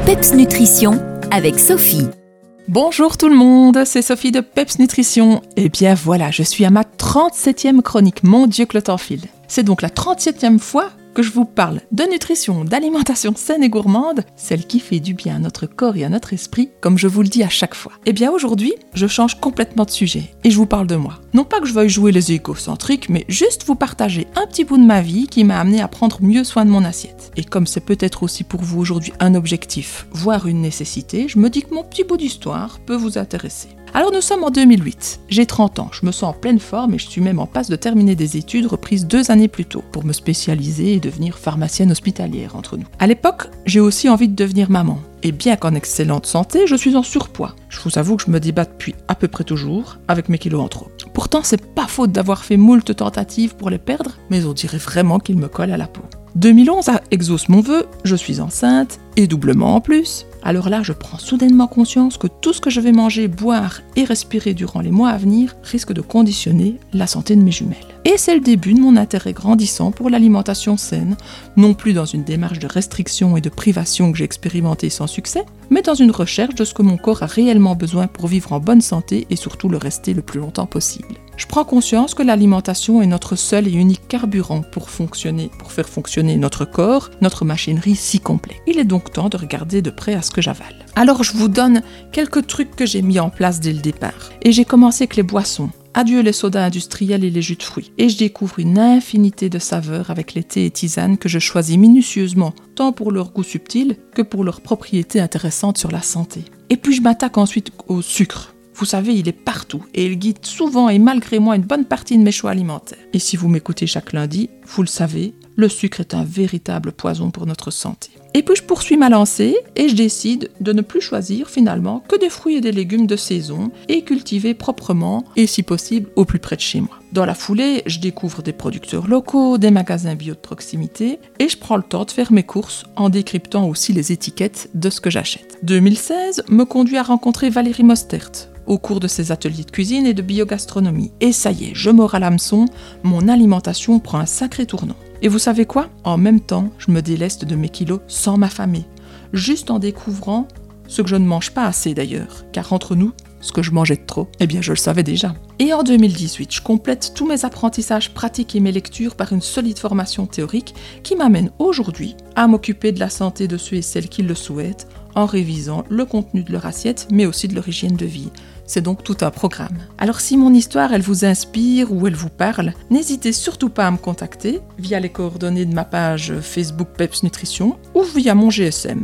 PEPS Nutrition avec Sophie. Bonjour tout le monde, c'est Sophie de PEPS Nutrition. Et bien voilà, je suis à ma 37e chronique, mon Dieu que le temps file. C'est donc la 37e fois que je vous parle de nutrition, d'alimentation saine et gourmande, celle qui fait du bien à notre corps et à notre esprit, comme je vous le dis à chaque fois. Et bien aujourd'hui, je change complètement de sujet et je vous parle de moi. Non pas que je veuille jouer les égocentriques, mais juste vous partager un petit bout de ma vie qui m'a amené à prendre mieux soin de mon assiette. Et comme c'est peut-être aussi pour vous aujourd'hui un objectif, voire une nécessité, je me dis que mon petit bout d'histoire peut vous intéresser. Alors nous sommes en 2008, j'ai 30 ans, je me sens en pleine forme et je suis même en passe de terminer des études reprises 2 années plus tôt pour me spécialiser et devenir pharmacienne hospitalière entre nous. À l'époque, j'ai aussi envie de devenir maman. Et bien qu'en excellente santé, je suis en surpoids. Je vous avoue que je me débat depuis à peu près toujours avec mes kilos en trop. Pourtant, c'est pas faute d'avoir fait moult tentatives pour les perdre, mais on dirait vraiment qu'ils me collent à la peau. 2011 exauce mon vœu, je suis enceinte, et doublement en plus. Alors là, je prends soudainement conscience que tout ce que je vais manger, boire et respirer durant les mois à venir risque de conditionner la santé de mes jumelles. Et c'est le début de mon intérêt grandissant pour l'alimentation saine, non plus dans une démarche de restriction et de privation que j'ai expérimentée sans succès, mais dans une recherche de ce que mon corps a réellement besoin pour vivre en bonne santé et surtout le rester le plus longtemps possible. Je prends conscience que l'alimentation est notre seul et unique carburant pour faire fonctionner notre corps, notre machinerie si complète. Il est donc temps de regarder de près à ce que j'avale. Alors je vous donne quelques trucs que j'ai mis en place dès le départ. Et j'ai commencé avec les boissons. Adieu les sodas industriels et les jus de fruits. Et je découvre une infinité de saveurs avec les thés et tisanes que je choisis minutieusement, tant pour leur goût subtil que pour leurs propriétés intéressantes sur la santé. Et puis je m'attaque ensuite au sucre. Vous savez, il est partout et il guide souvent et malgré moi une bonne partie de mes choix alimentaires. Et si vous m'écoutez chaque lundi, vous le savez, le sucre est un véritable poison pour notre santé. Et puis je poursuis ma lancée et je décide de ne plus choisir finalement que des fruits et des légumes de saison et cultivés proprement et si possible au plus près de chez moi. Dans la foulée, je découvre des producteurs locaux, des magasins bio de proximité et je prends le temps de faire mes courses en décryptant aussi les étiquettes de ce que j'achète. 2016 me conduit à rencontrer Valérie Mostert au cours de ses ateliers de cuisine et de biogastronomie. Et ça y est, je mords à l'hameçon, mon alimentation prend un sacré tournant. Et vous savez quoi ? En même temps, je me déleste de mes kilos sans m'affamer, juste en découvrant ce que je ne mange pas assez d'ailleurs, car entre nous, ce que je mangeais de trop, eh bien je le savais déjà. Et en 2018, je complète tous mes apprentissages pratiques et mes lectures par une solide formation théorique qui m'amène aujourd'hui à m'occuper de la santé de ceux et celles qui le souhaitent, en révisant le contenu de leur assiette, mais aussi de leur hygiène de vie. C'est donc tout un programme. Alors si mon histoire, elle vous inspire ou elle vous parle, n'hésitez surtout pas à me contacter via les coordonnées de ma page Facebook PEPS Nutrition ou via mon GSM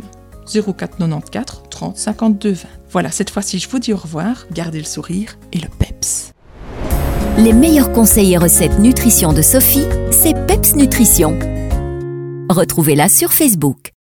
0494 30 52 20. Voilà, cette fois-ci, je vous dis au revoir, gardez le sourire et le PEPS. Les meilleurs conseils et recettes nutrition de Sophie, c'est PEPS Nutrition. Retrouvez-la sur Facebook.